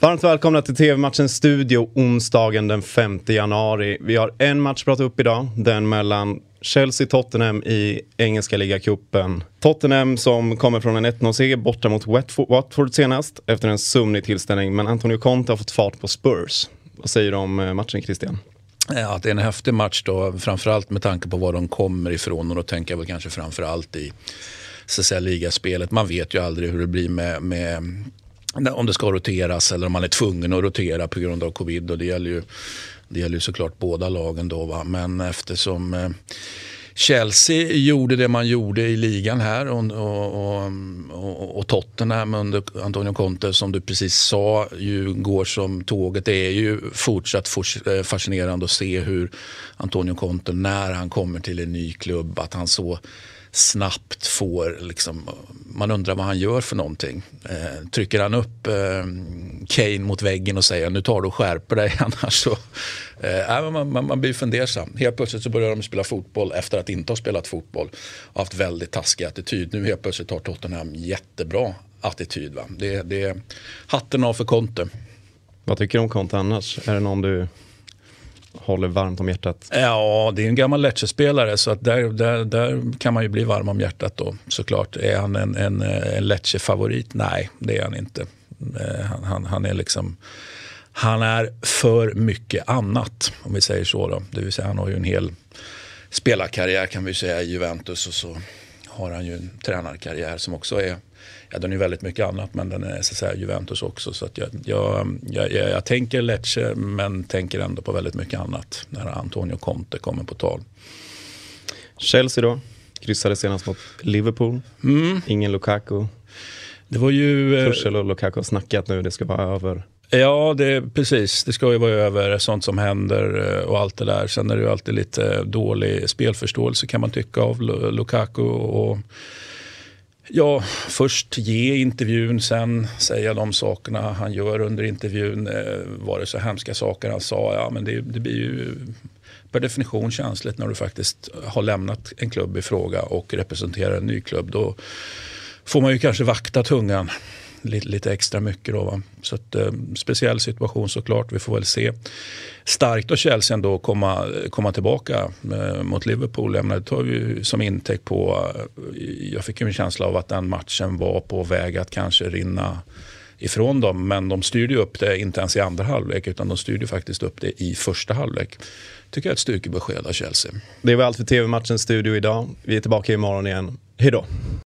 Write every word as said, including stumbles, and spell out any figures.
Varmt välkomna till T V-matchens studio onsdagen den femte januari. Vi har en match att prata upp idag, den mellan Chelsea-Tottenham i engelska ligacupen. Tottenham som kommer från en ett noll-seger borta mot Watford senast efter en sömnig tillställning, men Antonio Conte har fått fart på Spurs. Vad säger du om matchen, Christian? Ja, det är en häftig match då, framförallt med tanke på var de kommer ifrån, och då tänker jag väl kanske framförallt i så att säga, ligaspelet. Man vet ju aldrig hur det blir med, med om det ska roteras eller om man är tvungen att rotera på grund av covid, och det gäller ju, det gäller ju såklart båda lagen då, va? Men eftersom eh, Chelsea gjorde det man gjorde i ligan här och, och, och, och Tottenham under Antonio Conte, som du precis sa, ju går som tåget. Det är ju fortsatt fascinerande att se hur Antonio Conte, när han kommer till en ny klubb, att han så snabbt får liksom, man undrar vad han gör för någonting. Eh, trycker han upp eh, Kane mot väggen och säger nu tar du och skärper dig, annars så eh, man, man, man blir fundersam. Helt plötsligt så börjar de spela fotboll efter att inte ha spelat fotboll och haft väldigt taskig attityd. Nu helt plötsligt har Tottenham jättebra attityd, va? Det, det är hatten av för Conte. Vad tycker du om Conte annars? Är det någon du håller varmt om hjärtat? Ja, det är en gammal Lecce-spelare, så att där, där, där kan man ju bli varm om hjärtat då, såklart. Är han en, en, en Lecce-favorit? Nej, det är han inte. Han, han, han är liksom han är för mycket annat, om vi säger så då. Det vill säga, han har ju en hel spelarkarriär kan vi säga i Juventus, och så har han ju en tränarkarriär som också är, ja, den är väldigt mycket annat, men den är så att säga Juventus också, så att jag, jag, jag, jag, jag tänker Lecce, men tänker ändå på väldigt mycket annat när Antonio Conte kommer på tal. Chelsea då, kryssade senast mot Liverpool. Mm. Ingen Lukaku. Det var ju Tuchel och Lukaku har snackat nu, det ska vara över. Ja, det, precis. Det ska ju vara över sånt som händer och allt det där. Sen är det ju alltid lite dålig spelförståelse kan man tycka av Lukaku, och ja, först ge intervjun, sen säga de sakerna han gör under intervjun. Var det så hemska saker han sa? Ja, men det, det blir ju per definition känsligt när du faktiskt har lämnat en klubb i fråga och representerar en ny klubb. Då får man ju kanske vakta tungan lite, lite extra mycket då, va? Så att, eh, speciell situation såklart, vi får väl se. Starkt och Chelsea ändå komma, komma tillbaka eh, mot Liverpool. Jag menar, det tar vi som intäkt på, eh, jag fick ju en känsla av att den matchen var på väg att kanske rinna ifrån dem, men de styrde upp det inte ens i andra halvlek, utan de styrde faktiskt upp det i första halvlek. Tycker jag är ett styrkebesked av Chelsea. Det var allt för T V-matchens studio idag. Vi är tillbaka imorgon igen. Hej då!